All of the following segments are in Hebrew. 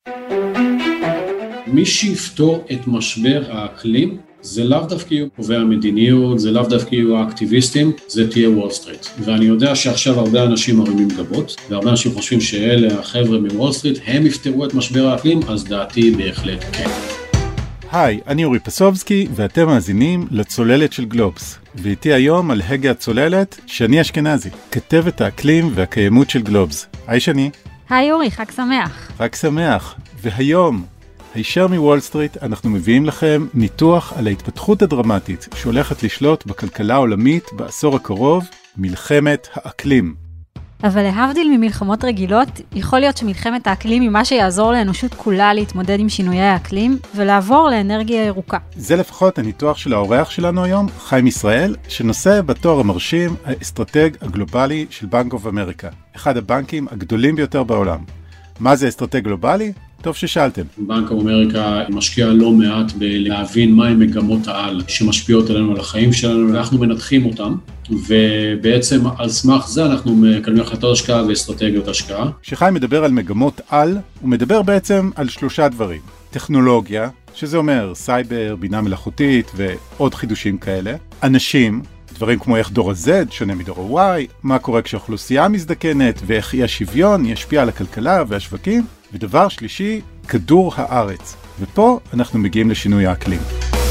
מי שיפתור את משבר האקלים זה לאו דווקא יהיו קובעי המדיניות, זה לאו דווקא יהיו האקטיביסטים, זה תהיה וול סטריט. ואני יודע שעכשיו הרבה אנשים מרימים גבות, והרבה אנשים חושבים שאלה החבר'ה מוול סטריט, הם יפתרו את משבר האקלים, אז דעתי בהחלט כן. היי, אני אורי פסובסקי, ואתם מאזינים לצוללת של גלובס. ואיתי היום על הגה הצוללת, שני אשכנזי, כתבת האקלים והקיימות של גלובס. היי שני. היי אורי, חג שמח. חג שמח. והיום, הישר מוול סטריט, אנחנו מביאים לכם ניתוח על ההתפתחות הדרמטית שהולכת לשלוט בכלכלה העולמית בעשור הקרוב, מלחמת האקלים. אבל להבדיל ממלחמות רגילות, יכול להיות שמלחמת האקלים היא מה שיעזור לאנושות כולה להתמודד עם שינויי האקלים, ולעבור לאנרגיה ירוקה. זה לפחות הניתוח של האורח שלנו היום, חיים ישראל, שנושא בתואר המרשים האסטרטג הגלובלי של בנק אוף אמריקה, אחד הבנקים הגדולים ביותר בעולם. מה זה אסטרטג גלובלי? טוב ששאלתם. בנק אוף אמריקה משקיע לא מעט בלהבין מהן מגמות העל שמשפיעות עלינו על החיים שלנו, ואנחנו מנתחים אותם, ובעצם על סמך זה אנחנו מקדמים החלטות השקעה ואסטרטגיות השקעה. כשחיים מדבר על מגמות על, הוא מדבר בעצם על 3 דברים. טכנולוגיה, שזה אומר סייבר, בינה מלאכותית ועוד חידושים כאלה. אנשים, דברים כמו איך דור ה-Z שונה מדור ה-Y, מה קורה כשאוכלוסייה מזדקנת ואיך אי השוויון ישפיע על הכלכלה והשווקים. ודבר שלישי, כדור הארץ. ופה אנחנו מגיעים לשינוי האקלים.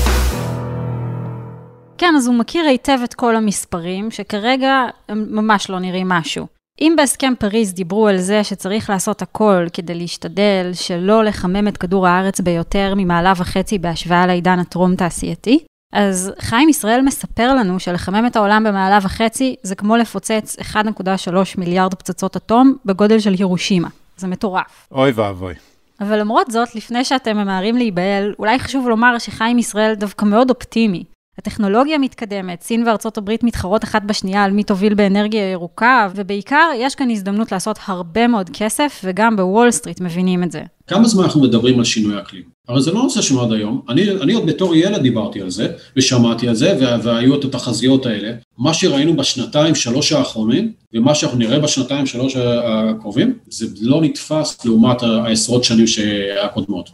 כן, אז הוא מכיר היטב את כל המספרים, שכרגע הם ממש לא נראים משהו. אם בהסכם פריז דיברו על זה שצריך לעשות הכל כדי להשתדל שלא לחמם את כדור הארץ ביותר מ1.5 בהשוואה לעידן הטרום תעשייתי, אז חיים ישראל מספר לנו שלחמם את העולם ב1.5 זה כמו לפוצץ 1.3 מיליארד פצצות אטום בגודל של הירושימה. זה מטורף. אוי ואבוי. אבל למרות זאת, לפני שאתם ממהרים להיבהל, אולי חשוב לומר שחיים ישראל דווקא מאוד אופטימי. הטכנולוגיה מתקדמת, סין וארצות הברית מתחרות אחת בשנייה על מי תוביל באנרגיה ירוקה, ובעיקר יש כאן הזדמנות לעשות הרבה מאוד כסף, וגם בוול סטריט מבינים את זה. כמה זמן אנחנו מדברים על שינוי אקלים? הרי זה לא נושא שמעד היום. אני עוד בתור ילד דיברתי על זה, ושמעתי על זה, והיו את התחזיות האלה. מה שראינו בשנתיים-שלוש האחרונים, ומה שאנחנו נראה בשנתיים-שלוש הקרובים, זה לא נתפס לעומת העשרות שנים הקודמות.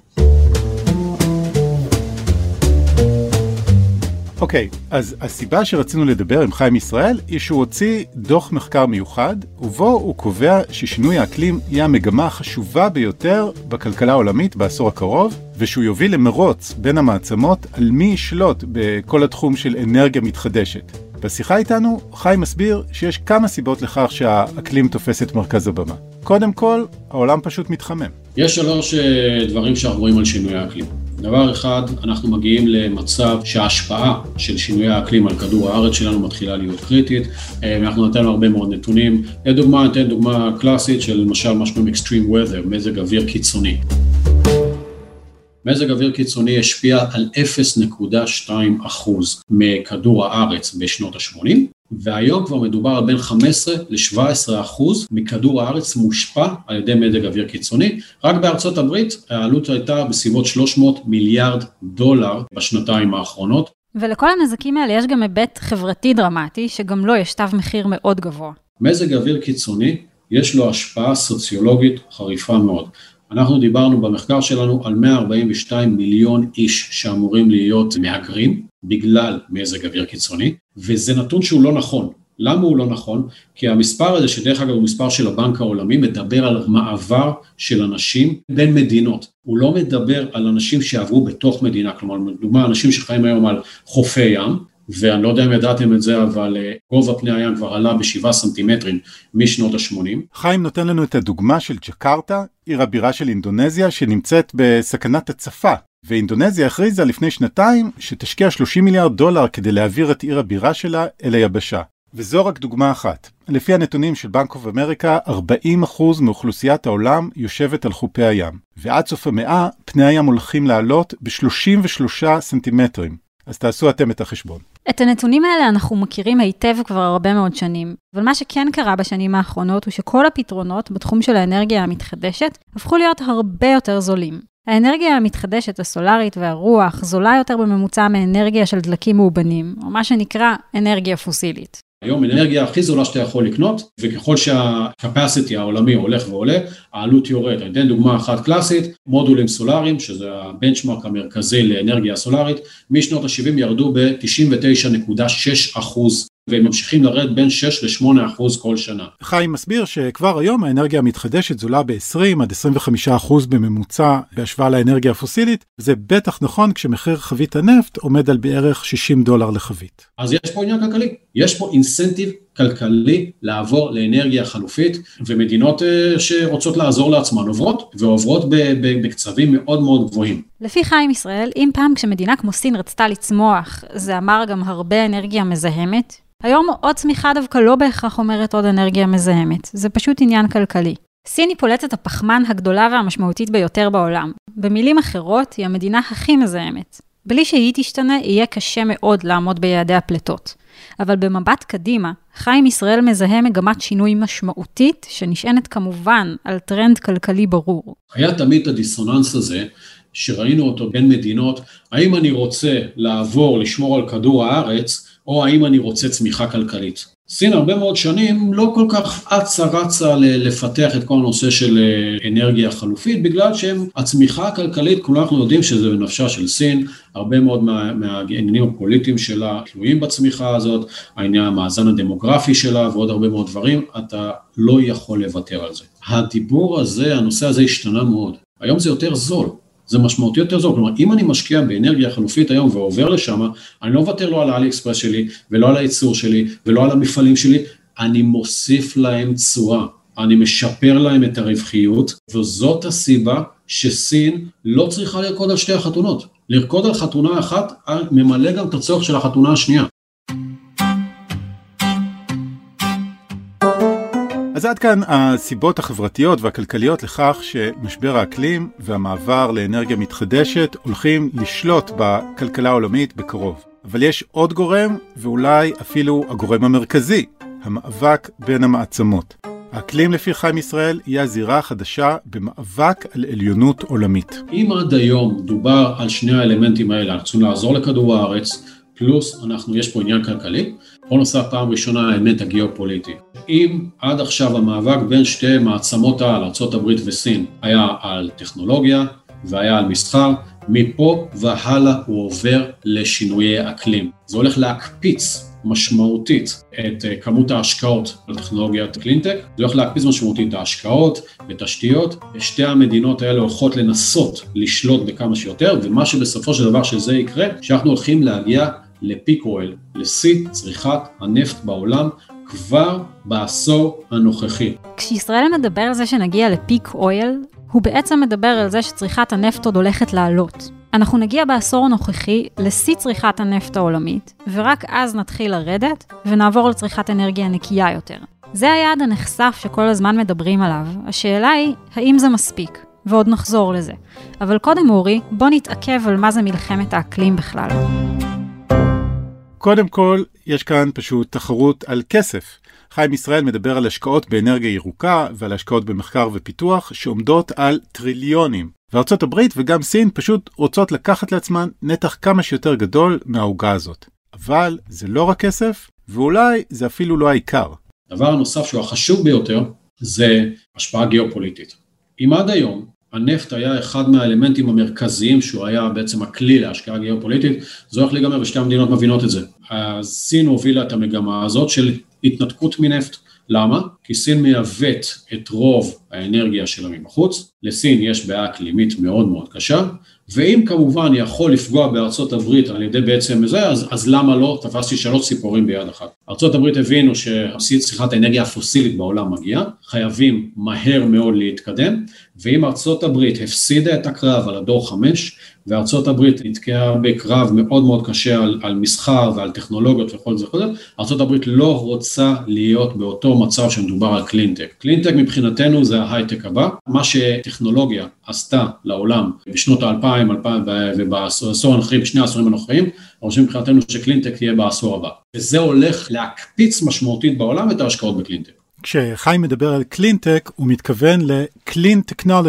אוקיי, אז הסיבה שרצינו לדבר עם חיים ישראל היא שהוא הוציא דוח מחקר מיוחד, ובו הוא קובע ששינוי האקלים יהיה המגמה החשובה ביותר בכלכלה העולמית בעשור הקרוב, ושהוא יוביל למרוץ בין המעצמות על מי ישלוט בכל התחום של אנרגיה מתחדשת. בשיחה איתנו, חיים מסביר שיש כמה סיבות לכך שהאקלים תופס את מרכז הבמה. קודם כל, העולם פשוט מתחמם. יש 3 דברים שאנחנו רואים על שינוי האקלים. דבר אחד, אנחנו מגיעים למצב שההשפעה של שינוי האקלים על כדור הארץ שלנו מתחילה להיות קריטית, ואנחנו נתנו הרבה מאוד נתונים. לדוגמה, ניתן דוגמה קלאסית של למשל משהו עם extreme weather, מזג אוויר קיצוני. מזג אוויר קיצוני השפיע על 0.2% מכדור הארץ בשנות ה-80, והיום כבר מדובר על בין 15 ל-17% מכדור הארץ מושפע על ידי מזג אוויר קיצוני. רק בארצות הברית העלות הייתה בסביבות $300 מיליארד בשנתיים האחרונות. ולכל הנזקים האלה יש גם היבט חברתי דרמטי, שגם לו יש תו מחיר מאוד גבוה. מזג אוויר קיצוני יש לו השפעה סוציולוגית חריפה מאוד. אנחנו דיברנו במחקר שלנו על 142 מיליון איש שאמורים להיות מהגרים בגלל מזג אוויר קיצוני, וזה נתון שהוא לא נכון. למה הוא לא נכון? כי המספר הזה, שדרך אגב הוא מספר של הבנק העולמי, מדבר על מעבר של אנשים בין מדינות. הוא לא מדבר על אנשים שעברו בתוך מדינה, כלומר, לדוגמה, אנשים שחיים היום על חופי ים, ואני לא יודע אם ידעתם את זה, אבל גובה פני הים כבר עלה ב7 סנטימטרים משנות ה-80. חיים נותן לנו את הדוגמה של ג'קרטה, עיר הבירה של אינדונזיה, שנמצאת בסכנת הצפה. ואינדונזיה הכריזה לפני 2 שתשקיע $30 מיליארד כדי להעביר את עיר הבירה שלה אל היבשה. וזו רק דוגמה אחת. לפי הנתונים של בנק אוף אמריקה, 40% מאוכלוסיית העולם יושבת על חופי הים. ועד סוף המאה, פני הים הולכים לעלות ב33 סנטימטרים. אז תעשו אתם את החשבון. את הנתונים האלה אנחנו מכירים היטב כבר הרבה מאוד שנים, אבל מה שכן קרה בשנים האחרונות הוא שכל הפתרונות בתחום של האנרגיה המתחדשת הפכו להיות הרבה יותר זולים. האנרגיה המתחדשת הסולרית והרוח זולה יותר בממוצע מאנרגיה של דלקים מאובנים, או מה שנקרא אנרגיה פוסילית. היום אנרגיה הכי זולה שאתה יכול לקנות, וככל שהקפסיטי העולמי הולך ועולה, העלות יורד. אני אתן דוגמה אחת קלאסית, מודולים סולאריים, שזה הבנצ'מרק המרכזי לאנרגיה סולארית, משנות ה-70 ירדו ב-99.6%, והם ממשיכים לרד בין 6 ל-8% כל שנה. חיים מסביר שכבר היום האנרגיה המתחדשת זולה ב-20 עד 25% בממוצע בהשוואה לאנרגיה הפוסילית, וזה בטח נכון כשמחיר חבית הנפט עומד על בערך $60 לחבית. אז יש פה עניין כלכלי, יש פה אינסנטיב כלכלי לעבור לאנרגיה חלופית, ומדינות שרוצות לעזור לעצמן עוברות בקצבים מאוד מאוד גבוהים. לפי חיים ישראל, אם פעם כשמדינה כמו סין רצתה לצמוח, זה אמר גם הרבה אנרגיה מזהמת, היום עוד צמיחה דווקא לא בהכרח אומרת עוד אנרגיה מזהמת, זה פשוט עניין כלכלי. סין היא פולטת הפחמן הגדולה והמשמעותית ביותר בעולם. במילים אחרות, היא המדינה הכי מזהמת. בלי שהיא תשתנה, יהיה קשה מאוד לעמוד ביעדי הפלטות. אבל במבט קדימה, חיים ישראל מזהה מגמת שינוי משמעותית, שנשענת כמובן על טרנד כלכלי ברור. היה תמיד הדיסוננס הזה, שראינו אותו בין מדינות, האם אני רוצה לעבור, לשמור על כדור הארץ, או האם אני רוצה צמיחה כלכלית. סין הרבה מאוד שנים לא כל כך רצה לפתח את כל הנושא של אנרגיה חלופית, בגלל שהצמיחה הכלכלית, כולנו אנחנו יודעים שזה בנפשה של סין, הרבה מאוד מהעניינים הפוליטיים שלה תלויים בצמיחה הזאת, העניין המאזן הדמוגרפי שלה ועוד הרבה מאוד דברים, אתה לא יכול לוותר על זה. הדיבור הזה, הנושא הזה השתנה מאוד. היום זה יותר זול. זה משמעותי יותר זול, כלומר, אם אני משקיע באנרגיה חלופית היום ועובר לשם, אני לא מוותר לו על האלי אקספרס שלי, ולא על הייצור שלי, ולא על המפעלים שלי, אני מוסיף להם צורה, אני משפר להם את הרווחיות, וזאת הסיבה שסין לא צריכה לרקוד על שתי החתונות. לרקוד על חתונה אחת, ממלא גם את הצורך של החתונה השנייה. אז עד כאן הסיבות החברתיות והכלכליות לכך שמשבר האקלים והמעבר לאנרגיה מתחדשת הולכים לשלוט בכלכלה העולמית בקרוב. אבל יש עוד גורם, ואולי אפילו הגורם המרכזי, המאבק בין המעצמות. האקלים לפי חיים ישראל יהיה הזירה החדשה במאבק על עליונות עולמית. אם עד היום דובר על שני האלמנטים האלה, אנחנו צריכים לעזור לכדור הארץ, פלוס יש פה עניין כלכלי, פה נוסף פעם ראשונה האלמנט הגיאופוליטי. אם עד עכשיו המאבק בין שתי מעצמות העל, ארצות הברית וסין, היה על טכנולוגיה והיה על מסחר, מפה והלאה הוא עובר לשינויי אקלים. זה הולך להקפיץ משמעותית את כמות ההשקעות בטכנולוגיית קלינטק, זה הולך להקפיץ משמעותית את ההשקעות בתשתיות, שתי המדינות האלה הולכות לנסות לשלוט בכמה שיותר, ומה שבסופו של דבר שזה יקרה, שאנחנו הולכים להגיע לפיק אויל, לשיא צריכת הנפט בעולם, כבר בעשור הנוכחי. כשישראל מדבר על זה שנגיע לפיק אויל, הוא בעצם מדבר על זה שצריכת הנפט עוד הולכת לעלות. אנחנו נגיע בעשור הנוכחי לשיא צריכת הנפט העולמית, ורק אז נתחיל לרדת ונעבור לצריכת אנרגיה נקייה יותר. זה היעד הנחשף שכל הזמן מדברים עליו. השאלה היא, האם זה מספיק? ועוד נחזור לזה. אבל קודם אורי, בוא נתעכב על מה זה מלחמת האקלים בכלל. קודם כל, יש כאן פשוט תחרות על כסף. חיים ישראל מדבר על השקעות באנרגיה ירוקה ועל השקעות במחקר ופיתוח שעומדות על טריליונים. וארצות הברית וגם סין פשוט רוצות לקחת לעצמן נתח כמה שיותר גדול מהעוגה הזאת. אבל זה לא רק כסף, ואולי זה אפילו לא העיקר. דבר הנוסף שהוא החשוב ביותר זה השפעה גיאופוליטית. אם עד היום הנפט היה אחד מהאלמנטים המרכזיים שהוא היה בעצם הכלי להשקעה גיאופוליטית, זה הולך להיגמר ושתי המדינות מבינות את זה. אז סין הובילה את המגמה הזאת של התנתקות מנפט. למה? כי סין מייבאת את רוב האנרגיה שלה מבחוץ, לסין יש בעיה אקלימית מאוד מאוד קשה, ואם כמובן יכול לפגוע בארצות הברית על ידי בעצם זה, אז למה לא? תפסתי 3 ציפורים ביד אחת. ארצות הברית הבינו שצריכת האנרגיה הפוסילית בעולם מגיעה, חייבים מהר מאוד להתקדם, ואם ארצות הברית הפסידה את הקרב על הדור 5, וארצות הברית נתקעה בקרב מאוד מאוד קשה על מסחר ועל טכנולוגיות וכל זה, ארצות הברית לא רוצה להיות באותו מצב שמדובר על קלינטק. קלינטק מבחינתנו זה ההייטק הבא, מה שטכנולוגיה עשתה לעולם בשנות ה-2000 ובעשור הנוכחי, בשני העשורים הנוכחיים, חושבים מבחינתנו שקלינטק תהיה בעשור הבא. וזה הולך להקפיץ משמעותית בעולם את ההשקעות בקלינטק. כשחיים מדבר על קלינטק, הוא מתכוון לקלין טכנולוגי,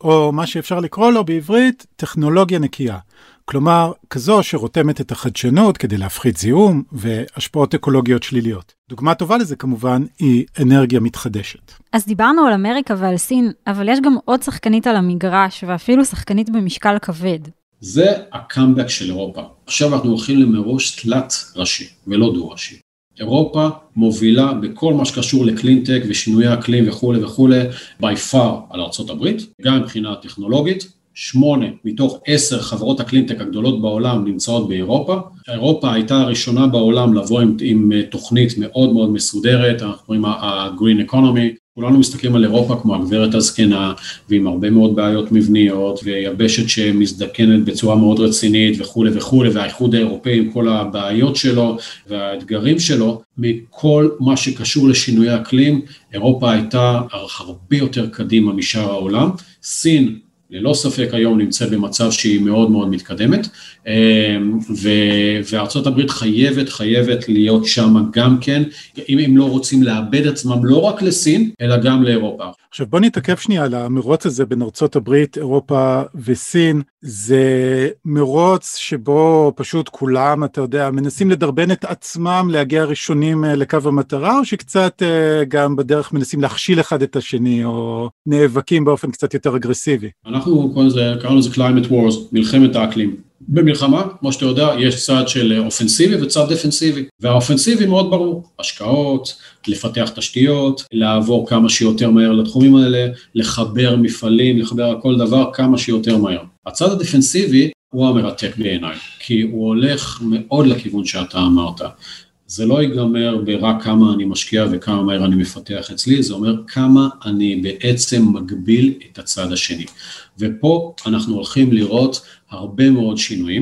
או מה שאפשר לקרוא לו בעברית, טכנולוגיה נקייה. כלומר, כזו שרותמת את החדשנות כדי להפחית זיהום והשפעות אקולוגיות שליליות. דוגמה טובה לזה כמובן היא אנרגיה מתחדשת. אז דיברנו על אמריקה ועל סין, אבל יש גם עוד שחקנית על המגרש, ואפילו שחקנית במשקל כבד. זה הקאמבק של אירופה. עכשיו אנחנו הולכים למראש תלת ראשי ולא דו ראשי. אירופה מובילה בכל מה שקשור לקלינטק ושינויי אקלים וכו' וכו' by far על ארצות הברית, גם מבחינה טכנולוגית. 8 מתוך 10 חברות הקלינטק הגדולות בעולם נמצאות באירופה. אירופה הייתה הראשונה בעולם לבוא עם תוכנית מאוד מאוד מסודרת, אנחנו קוראים ה-Green Economy. כולנו מסתכלים על אירופה כמו הגברת הזקנה, ועם הרבה מאוד בעיות מבניות, ויבשת שמזדקנת בצורה מאוד רצינית וכו' וכו', והאיחוד האירופאי עם כל הבעיות שלו והאתגרים שלו, מכל מה שקשור לשינויי אקלים, אירופה הייתה הרבה יותר קדימה משאר העולם. סין, ללא ספק היום נמצא במצב שהיא מאוד מאוד מתקדמת, וארצות הברית חייבת להיות שם גם כן, אם לא רוצים לאבד עצמם לא רק לסין, אלא גם לאירופה. עכשיו בוא נתעכב שנייה על המרוץ הזה בין ארצות הברית, אירופה וסין. זה מרוץ שבו פשוט כולם, אתה יודע, מנסים לדרבן את עצמם להגיע ראשונים לקו המטרה, או שקצת גם בדרך מנסים להכשיל אחד את השני, או נאבקים באופן קצת יותר אגרסיבי? אנחנו קראנו לזה climate wars, מלחמת האקלים. במלחמה, כמו שאתה יודע, יש צד של אופנסיבי וצד דפנסיבי, והאופנסיבי מאוד ברור, השקעות, לפתח תשתיות, לעבור כמה שיותר מהר לתחומים האלה, לחבר מפעלים, לחבר על כל דבר כמה שיותר מהר. הצד הדפנסיבי הוא המרתק בעיניי, כי הוא הולך מאוד לכיוון שאתה אמרת. זה לא ייגמר ברק כמה אני משקיע וכמה מהר אני מפתח אצלי, זה אומר כמה אני בעצם מגביל את הצד השני. ופה אנחנו הולכים לראות הרבה מאוד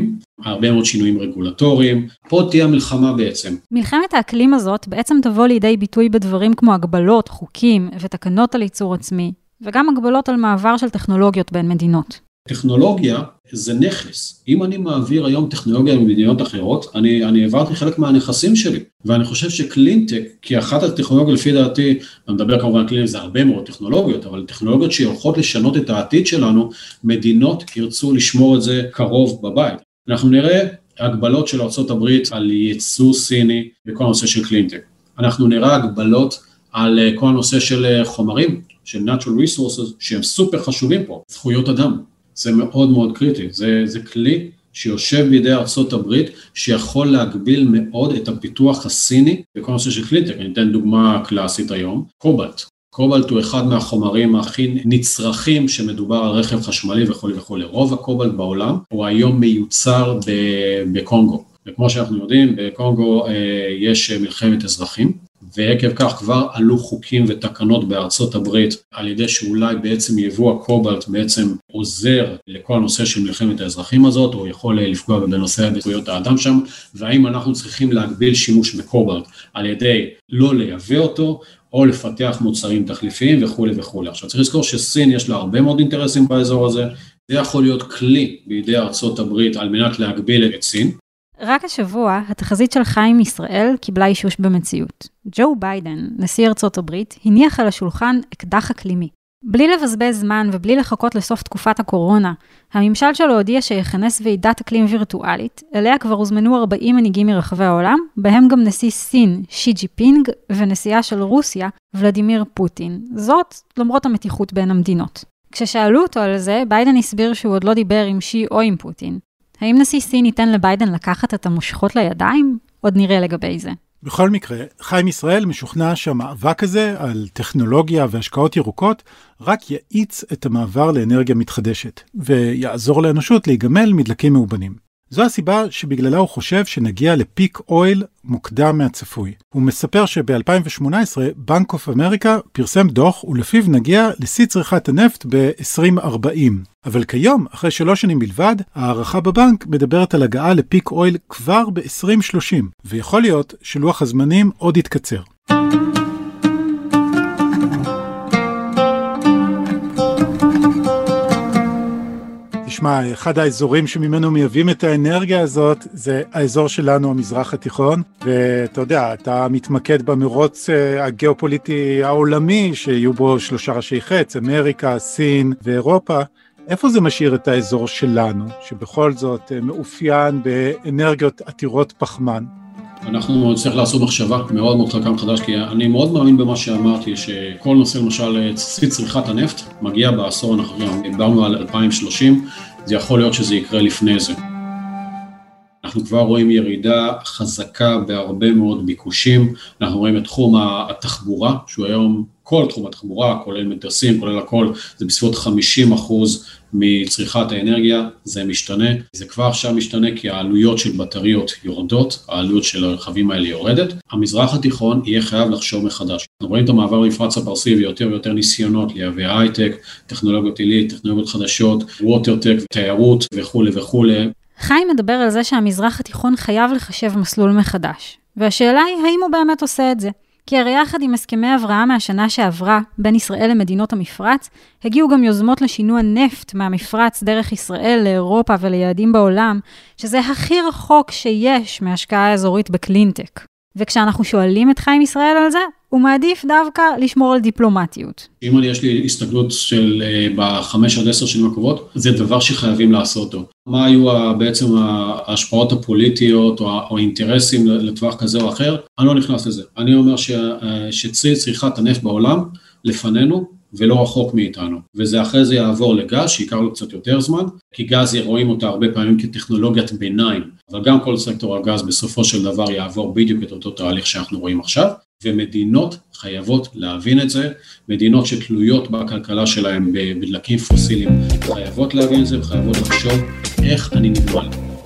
שינויים רגולטוריים, פה תהיה המלחמה בעצם. מלחמת האקלים הזאת בעצם תבוא לידי ביטוי בדברים כמו הגבלות, חוקים ותקנות על ייצור עצמי, וגם הגבלות על מעבר של טכנולוגיות בין מדינות. טכנולוגיה זה נכס. אם אני מעביר היום טכנולוגיה במדינות אחרות, אני העברתי חלק מהנכסים שלי. ואני חושב שקלינטק, כי אחת הטכנולוגיות לפי דעתי, אני מדבר כמובן על קלינטק, זה הרבה מאוד טכנולוגיות, אבל טכנולוגיות שהולכות לשנות את העתיד שלנו, מדינות ירצו לשמור את זה קרוב בבית. אנחנו נראה הגבלות של ארצות הברית על ייצוא סיני בכל הנושא של קלינטק. אנחנו נראה הגבלות על כל הנושא של חומרים, של natural resources, שהם סופר חשובים פה, זכויות אדם. זה מאוד מאוד קריטי, זה כלי שיושב בידי ארצות הברית, שיכול להגביל מאוד את הפיתוח הסיני בכל נושא של קלינטק. אני אתן דוגמה קלאסית היום, קובלט. קובלט הוא אחד מהחומרים הכי נצרכים שמדובר על רכב חשמלי וכו' וכו'. רוב הקובלט בעולם הוא היום מיוצר בקונגו. וכמו שאנחנו יודעים, בקונגו יש מלחמת אזרחים, ועקב כך כבר עלו חוקים ותקנות בארצות הברית, על ידי שאולי בעצם יבוא הקובלט בעצם עוזר לכל הנושא של מלחמת האזרחים הזאת, או יכול לפגוע בנושא זכויות האדם שם, והאם אנחנו צריכים להגביל שימוש בקובלט, על ידי לא לייבא אותו, או לפתח מוצרים תחליפיים וכו' וכו'. עכשיו צריך לזכור שסין יש לה הרבה מאוד אינטרסים באזור הזה, זה יכול להיות כלי בידי ארצות הברית על מנת להגביל את סין. רק השבוע, התחזית של חיים ישראל קיבלה אישוש במציאות. ג'ו ביידן, נשיא ארצות הברית, הניח על השולחן אקדח אקלימי. בלי לבזבז זמן ובלי לחכות לסוף תקופת הקורונה, הממשל שלו הודיע שיכנס ועידת אקלים וירטואלית, אליה כבר הוזמנו 40 מנהיגים מרחבי העולם, בהם גם נשיא סין, שי ג'ינפינג, ונשיאה של רוסיה, ולדימיר פוטין. זאת למרות המתיחות בין המדינות. כששאלו אותו על זה, ביידן הסביר שהוא עוד לא דיבר עם שי או עם פוטין. האם נשיא סין ייתן לביידן לקחת את המושכות לידיים? עוד נראה לגבי זה. בכל מקרה, חיים ישראל משוכנע שהמאבק הזה על טכנולוגיה והשקעות ירוקות רק יאיץ את המעבר לאנרגיה מתחדשת, ויעזור לאנושות להיגמל מדלקים מאובנים. זו הסיבה שבגללה הוא חושב שנגיע לפיק אויל מוקדם מהצפוי. הוא מספר שב-2018 בנק אוף אמריקה פרסם דוח ולפיו נגיע לשיא צריכת הנפט ב-2040. אבל כיום, אחרי 3 שנים בלבד, הערכה בבנק מדברת על הגעה לפיק אויל כבר ב-2030, ויכול להיות שלוח הזמנים עוד יתקצר. תשמע, אחד האזורים שממנו מייבאים את האנרגיה הזאת, זה האזור שלנו, המזרח התיכון, ואתה יודע, אתה מתמקד במרוץ הגיאופוליטי העולמי, שיהיו בו 3 ראשי חץ, אמריקה, סין ואירופה. איפה זה משאיר את האזור שלנו, שבכל זאת מאופיין באנרגיות עתירות פחמן? אנחנו צריך לעשות מחשבה מאוד מאוד חכם חדש, כי אני מאוד מאמין במה שאמרתי, שכל נושא למשל צריכת הנפט מגיע בעשור הנוכחי, דיברנו על 2030, זה יכול להיות שזה יקרה לפני זה. אנחנו כבר רואים ירידה חזקה בהרבה מאוד ביקושים, אנחנו רואים את תחום התחבורה, שהוא היום כל תחום התחבורה, כולל מטוסים, כולל הכל, זה בסביבות 50% מצריכת האנרגיה, זה משתנה. זה כבר עכשיו משתנה כי העלויות של בטריות יורדות, העלויות של הרכבים האלה יורדת. המזרח התיכון יהיה חייב לחשוב מחדש. אנחנו רואים את המעבר למפרץ הפרסי ויותר ויותר ניסיונות לייבא הייטק, טכנולוגיות עילית, טכנולוגיות חדשות, ווטרטק, תיירות וכו' וכו'. חיים מדבר על זה שהמזרח התיכון חייב לחשב מסלול מחדש. והשאלה היא, האם הוא באמת עושה את זה? כי הרי יחד עם הסכמי אברהם מהשנה שעברה בין ישראל למדינות המפרץ, הגיעו גם יוזמות לשינוע נפט מהמפרץ דרך ישראל לאירופה וליעדים בעולם, שזה הכי רחוק שיש מהשקעה האזורית בקלינטק. וכשאנחנו שואלים את חיים ישראל על זה, הוא מעדיף דווקא לשמור על דיפלומטיות. אם יש לי הסתגלות של ב5 עד 10 שנים הקרובות, זה דבר שחייבים לעשות אותו. מה היו בעצם ההשפעות הפוליטיות או האינטרסים לטווח כזה או אחר? אני לא נכנס לזה. אני אומר שצריכת הנפט בעולם לפנינו, ולא רחוק מאיתנו. וזה אחרי זה יעבור לגז, שיקר לו קצת יותר זמן, כי גז רואים אותה הרבה פעמים כטכנולוגיית ביניים, אבל גם כל סקטור הגז בסופו של דבר יעבור בדיוק את אותו תהליך שאנחנו רואים עכשיו, ומדינות חייבות להבין את זה, מדינות שתלויות בכלכלה שלהם בדלקים פוסיליים, חייבות להבין את זה וחייבות לחשוב איך אני נגמל.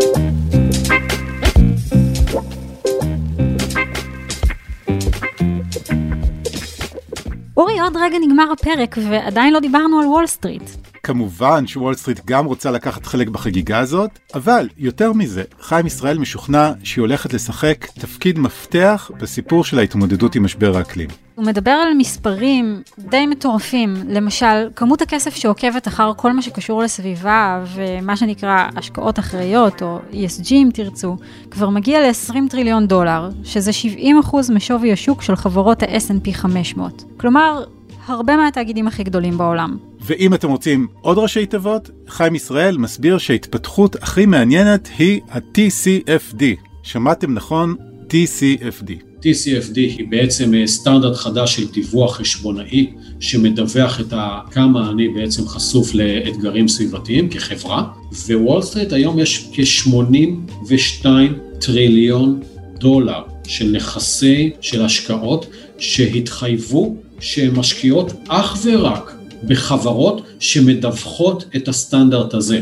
אורי, עוד רגע נגמר הפרק, ועדיין לא דיברנו על וול סטריט. כמובן שוול סטריט גם רוצה לקחת חלק בחגיגה הזאת, אבל יותר מזה, חיים ישראל משוכנע שהיא הולכת לשחק תפקיד מפתח בסיפור של ההתמודדות עם משבר האקלים. הוא מדבר על מספרים די מטורפים, למשל, כמות הכסף שעוקבת אחר כל מה שקשור לסביבה, ומה שנקרא השקעות אחראיות, או ESG אם תרצו, כבר מגיע ל$20 טריליון, שזה 70% משווי השוק של חברות ה-S&P 500. כלומר, הרבה מהתאגידים הכי גדולים בעולם. ואם אתם רוצים עוד ראשי תיבות, חיים ישראל מסביר שההתפתחות הכי מעניינת היא ה-TCFD. שמעתם נכון? TCFD. TCFD היא בעצם סטנדרט חדש של דיווח חשבונאי, שמדווח את כמה אני בעצם חשוף לאתגרים סביבתיים כחברה, ווול סטריט היום יש כ$82 טריליון של נכסי, של השקעות, שהתחייבו שהן משקיעות אך ורק בחברות שמדווחות את הסטנדרט הזה.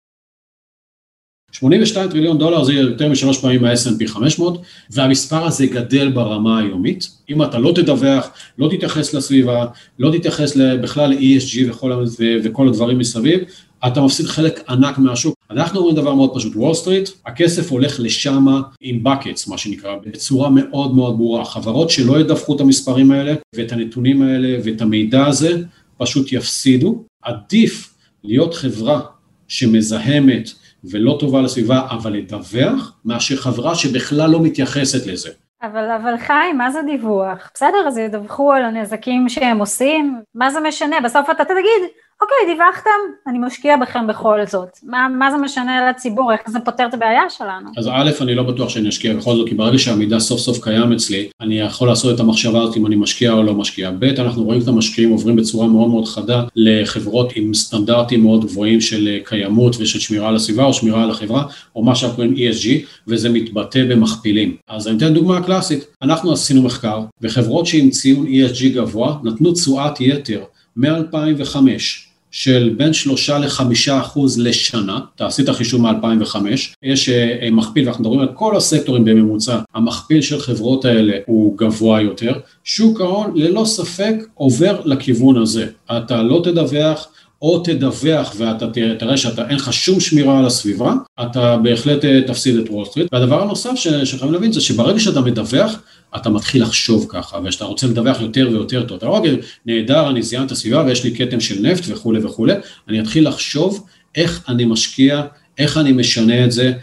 $82 טריליון זה יותר מ3 פעמים מה-S&P 500, והמספר הזה גדל ברמה היומית. אם אתה לא תדווח, לא תתייחס לסביבה, לא תתייחס בכלל ל-ESG וכל הדברים מסביב, אתה מפסיד חלק ענק מהשוק. אנחנו אומרים דבר מאוד פשוט, וול סטריט, הכסף הולך לשם עם buckets, מה שנקרא, בצורה מאוד מאוד ברורה. חברות שלא ידווחו את המספרים האלה, ואת הנתונים האלה, ואת המידע הזה, פשוט יפסידו. עדיף להיות חברה שמזהמת ולא טובה לסביבה, אבל לדווח, מאשר חברה שבכלל לא מתייחסת לזה. אבל חיים, מה זה דיווח? בסדר, אז ידווחו על הנזקים שהם עושים, מה זה משנה? בסוף אתה תגיד, אוקיי, דיווחתם, אני משקיע בכם בכל זאת. מה זה משנה לציבור? איך זה פותר את הבעיה שלנו? אז א', אני לא בטוח שאני אשקיע בכל זאת, כי ברגע שהמידע סוף סוף קיים אצלי, אני יכול לעשות את המחשבה הזאת אם אני משקיע או לא משקיע. ב', אנחנו רואים את המשקיעים עוברים בצורה מאוד מאוד חדה לחברות עם סטנדרטים מאוד גבוהים של קיימות ושל שמירה על הסביבה או שמירה על החברה, או מה שאנחנו קוראים ESG, וזה מתבטא במכפילים. אז אני אתן דוגמה קלאסית. אנחנו עשינו מחקר, וחברות שעם ציון ESG גבוה נתנו תשואת יתר מ-2005, של בין 3-5% לשנה, תעשי את החישוב מ-2005, יש מכפיל, ואנחנו מדברים על כל הסקטורים בממוצע, המכפיל של חברות האלה הוא גבוה יותר, שוק ההון ללא ספק עובר לכיוון הזה, אתה לא תדווח, או תדווח ואתה תראה שאין לך שום שמירה על הסביבה, אתה בהחלט תפסיד את וול סטריט. והדבר הנוסף שחייבים להבין זה שברגע שאתה מדווח, אתה מתחיל לחשוב ככה, ושאתה רוצה לדווח יותר ויותר טוב. אתה לא רק נהדר, אני זיין את הסביבה ויש לי כתם של נפט וכו' וכו', אני אתחיל לחשוב איך אני משקיע, איך אני משנה את זה,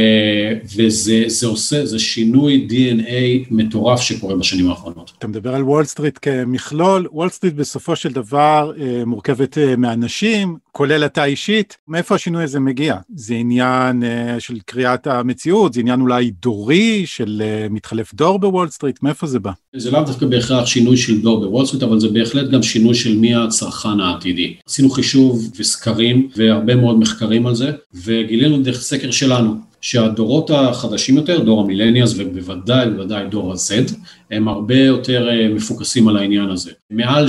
וזה עושה, זה שינוי DNA מטורף שקורה בשנים האחרונות. אתה מדבר על וול סטריט כמכלול, וול סטריט בסופו של דבר מורכבת מאנשים, כולל אתה אישית, מאיפה השינוי הזה מגיע? זה עניין של קריאת המציאות, זה עניין אולי דורי של מתחלף דור בוול סטריט, מאיפה זה בא? זה לאו דווקא בהכרח שינוי של דור בוול סטריט, אבל זה בהחלט גם שינוי של מי הצרכן העתידי. עשינו חישוב וסקרים והרבה מאוד מחקרים על זה, וגילינו דרך סקר שלנו, שהדורות החדשים יותר, דור המילניאלס ובוודאי דור ה-Z, הם הרבה יותר מפוקסים על העניין הזה. מעל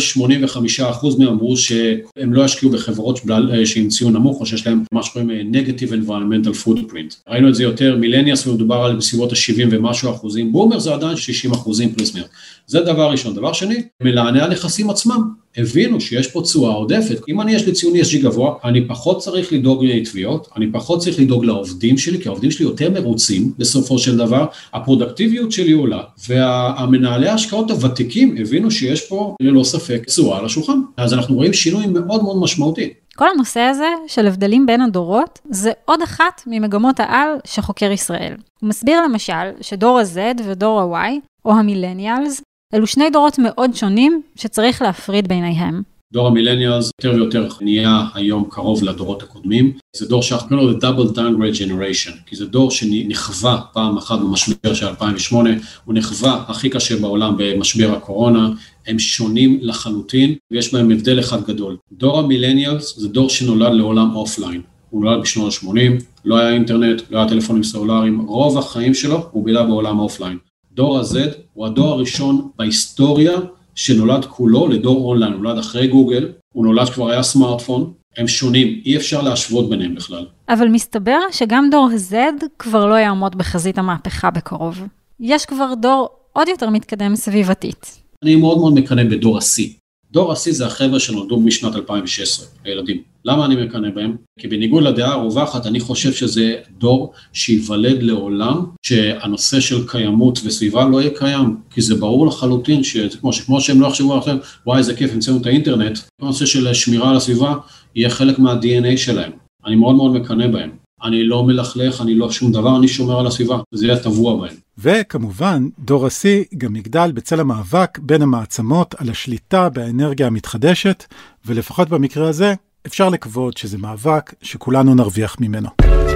85% מהם אמרו שהם לא ישקיעו בחברות שעם ציון נמוך, או שיש להם מה שקוראים Negative Environmental Footprint. ראינו את זה יותר, מילניאלס ומדובר על בסביבות ה-70 ומשהו אחוזים, בומר זה עדיין 60% פלוס מיר. זה דבר ראשון. דבר שני, מלעני הנכסים עצמם, הבינו שיש פה תשואה עודפת. אם יש לי ציון ESG גבוה, אני פחות צריך לדאוג לתביעות, אני פחות צריך לדאוג לעובדים שלי, כי העובדים שלי יותר מרוצים בסופו של דבר, הפרודקטיביות שלי עולה, והמנהלי ההשקעות הוותיקים הבינו שיש פה ללא ספק תשואה על השולחן. אז אנחנו רואים שינוי מאוד מאוד משמעותי. כל הנושא הזה של הבדלים בין הדורות, זה עוד אחת ממגמות העל שחוקר ישראל. הוא מסביר למשל שדור ה-Z ודור ה-Y, או המילניאלס, אלו שני דורות מאוד שונים שצריך להפריד ביניהם. דור המילניאלס יותר ויותר נהיה היום קרוב לדורות הקודמים. זה דור שאנחנו קוראים לו double downgrade generation, כי זה דור שנחווה פעם אחת במשבר של 2008, הוא נחווה הכי קשה בעולם במשבר הקורונה, הם שונים לחלוטין, ויש בהם הבדל אחד גדול. דור המילניאלס זה דור שנולד לעולם אופליין. הוא נולד בשנות ה-80, לא היה אינטרנט, לא היה טלפונים סלולריים, רוב החיים שלו הוא בילה בעולם אופליין. דור ה-Z הוא הדור הראשון בהיסטוריה שנולד כולו לדור אונליין, הוא נולד אחרי גוגל, הוא נולד כבר היה סמארטפון, הם שונים, אי אפשר להשוות ביניהם בכלל. אבל מסתבר שגם דור ה-Z כבר לא יעמוד בחזית המהפכה בקרוב. יש כבר דור עוד יותר מתקדם סביבתית. אני מאוד מאוד מקנא בדור ה-C. דור ה-C זה החבר'ה שנולדו משנת 2016, הילדים. למה אני מקנא בהם? כי בניגוד לדעה הרווחת, אני חושב שזה דור שיוולד לעולם, שהנושא של קיימות וסביבה לא יהיה קיים, כי זה ברור לחלוטין, כמו שהם לא יחשבו לכם, וואי, איזה כיף, המצאנו את האינטרנט, הנושא של שמירה על הסביבה, יהיה חלק מה-DNA שלהם. אני מאוד מאוד מקנא בהם. אני לא מלכלך, אני לא שום דבר, אני שומר על הסביבה, וזה יהיה טבוע בהם. וכמובן, דור ה-C גם יגדל בצל המאבק בין המעצמות על השליטה באנרגיה המתחדשת, ולפחות במקרה הזה, אפשר לקוות שזה מאבק שכולנו נרוויח ממנו.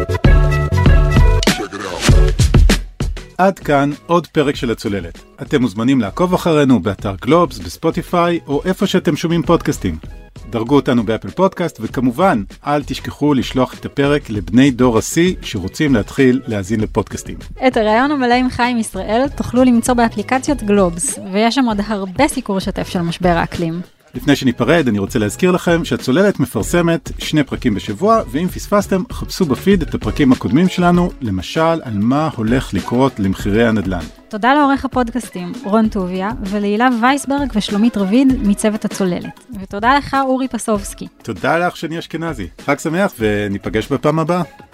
עד כאן עוד פרק של הצוללת. אתם מוזמנים לעקוב אחרינו באתר גלובס, בספוטיפיי, או איפה שאתם שומעים פודקאסטים. דרגו אותנו באפל פודקאסט, וכמובן, אל תשכחו לשלוח את הפרק לבני דור ה-C שרוצים להתחיל להאזין לפודקאסטים. את הרעיון המלא עם חיים ישראל תוכלו למצוא באפליקציות גלובס, ויש שם עוד הרבה סיקור שתף של משבר האקלים. לפני שניפרד, אני רוצה להזכיר לכם שהצוללת מפרסמת 2 פרקים בשבוע, ואם פספסתם, חפשו בפיד את הפרקים הקודמים שלנו, למשל על מה הולך לקרות למחירי הנדל"ן. תודה לעורך הפודקאסטים, רון טוביה, ולהילה וייסברג ושלומית רביד מצוות הצוללת. ותודה לך, אורי פסובסקי. תודה לך, שני אשכנזי. חג שמח וניפגש בפעם הבאה.